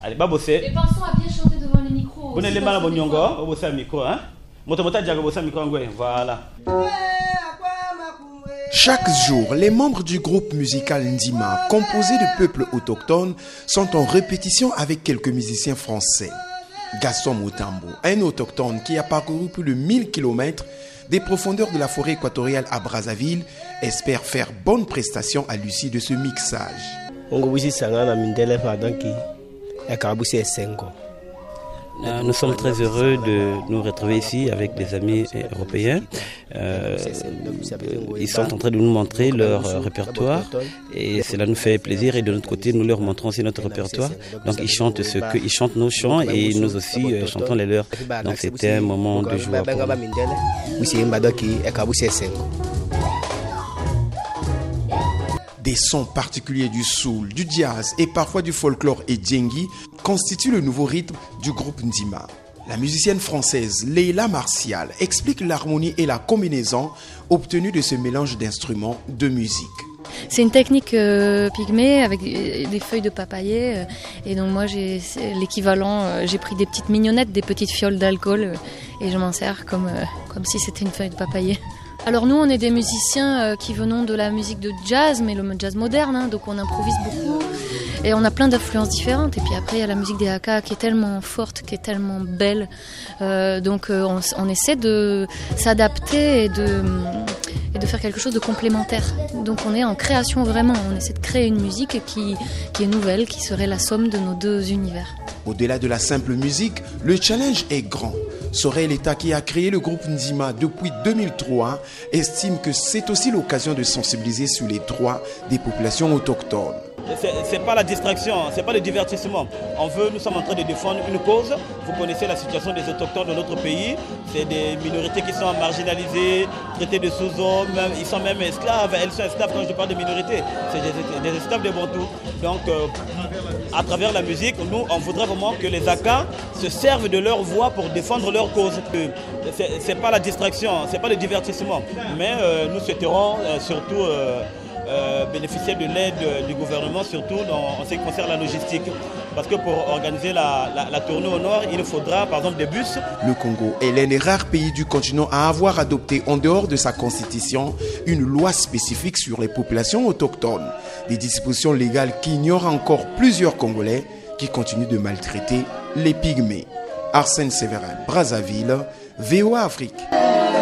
Allez, babosé. Et pensons à bien chanter devant le micro. Vous n'allez pas à Bonyongo, babosé à micro, hein? Motomota diago babosé à micro, voilà. Chaque jour, les membres du groupe musical Ndima, composé de peuples autochtones, sont en répétition avec quelques musiciens français. Gaston Moutambo, un autochtone qui a parcouru plus de 1000 km des profondeurs de la forêt équatoriale à Brazzaville, espère faire bonne prestation à l'issue de ce mixage. Nous sommes très heureux de nous retrouver ici avec des amis européens. Ils sont en train de nous montrer leur répertoire et cela nous fait plaisir, et de notre côté nous leur montrons aussi notre répertoire. Donc ils chantent ils chantent nos chants et nous aussi chantons les leurs. Donc c'était un moment de joie pour nous. Des sons particuliers du soul, du jazz et parfois du folklore et djengi constituent le nouveau rythme du groupe Ndima. La musicienne française Leila Martial explique l'harmonie et la combinaison obtenue de ce mélange d'instruments de musique. C'est une technique pygmée avec des feuilles de papayer. Et donc moi, j'ai l'équivalent. J'ai pris des petites mignonnettes, des petites fioles d'alcool et je m'en sers comme si c'était une feuille de papayer. Alors nous, on est des musiciens qui venons de la musique de jazz, mais le jazz moderne, hein, donc on improvise beaucoup et on a plein d'influences différentes. Et puis après, il y a la musique des Haka qui est tellement forte, qui est tellement belle. Donc on essaie de s'adapter et de faire quelque chose de complémentaire. Donc on est en création vraiment, on essaie de créer une musique qui est nouvelle, qui serait la somme de nos deux univers. Au-delà de la simple musique, le challenge est grand. Sorel État, qui a créé le groupe Ndima depuis 2003, estime que c'est aussi l'occasion de sensibiliser sur les droits des populations autochtones. C'est pas la distraction, c'est pas le divertissement. Nous sommes en train de défendre une cause. Vous connaissez la situation des autochtones de notre pays. C'est des minorités qui sont marginalisées, traitées de sous-hommes, ils sont même esclaves. Elles sont esclaves quand je parle de minorités. C'est des esclaves des Bantous. Donc, à travers la musique, nous, on voudrait vraiment que les Akas se servent de leur voix pour défendre leur cause. C'est pas la distraction, c'est pas le divertissement. Mais nous souhaiterons surtout bénéficier de l'aide du gouvernement, surtout en ce qui concerne la logistique. Parce que pour organiser la tournée au nord, il faudra par exemple des bus. Le Congo est l'un des rares pays du continent à avoir adopté en dehors de sa constitution une loi spécifique sur les populations autochtones. Des dispositions légales qui ignorent encore plusieurs Congolais qui continuent de maltraiter les pygmées. Arsène Séverin, Brazzaville, VOA Afrique.